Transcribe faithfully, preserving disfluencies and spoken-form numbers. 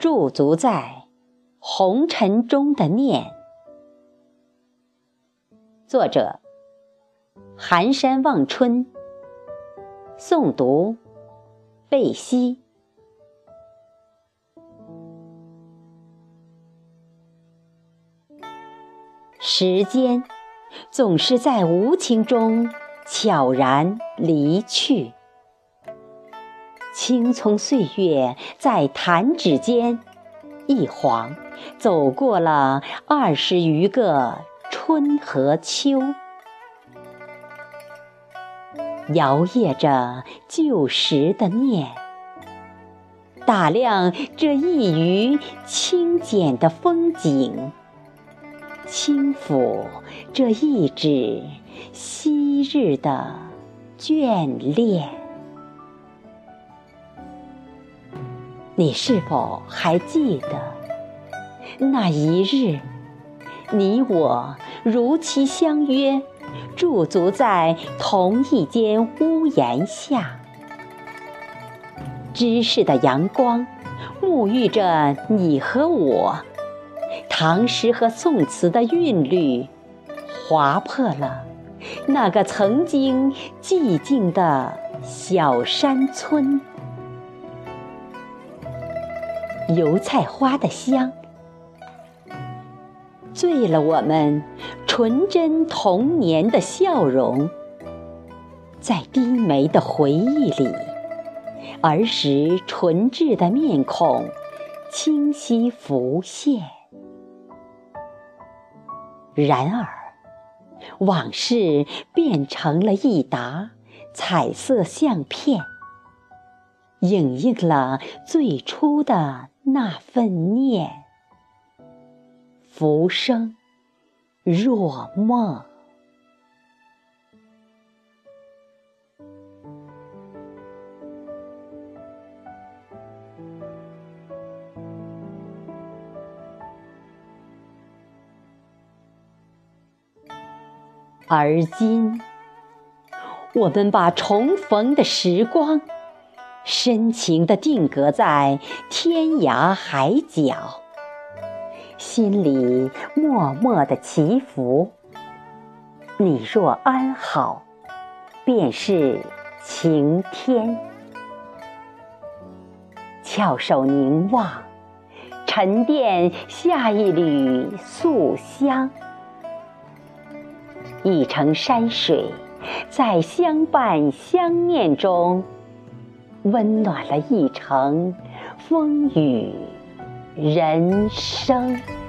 驻足在红尘中的念。作者：寒山望春，诵读：贝西。时间总是在无情中悄然离去，青葱岁月在弹指间，一晃走过了二十余个春和秋，摇曳着旧时的念，打量这一隅清简的风景，轻抚这一纸昔日的眷恋。你是否还记得那一日，你我如期相约，驻足在同一间屋檐下，知识的阳光沐浴着你和我，唐诗和宋词的韵律划破了那个曾经寂静的小山村。油菜花的香醉了我们纯真童年的笑容，在低眉的回忆里，儿时纯挚的面孔清晰浮现。然而往事变成了一沓彩色相片，影印了最初的那份念，浮生若梦。而今，我们把重逢的时光深情地定格在天涯海角，心里默默地祈福。你若安好，便是晴天。翘首凝望，沉淀下一缕素香。一程山水，在相伴相念中，温暖了一程风雨人生。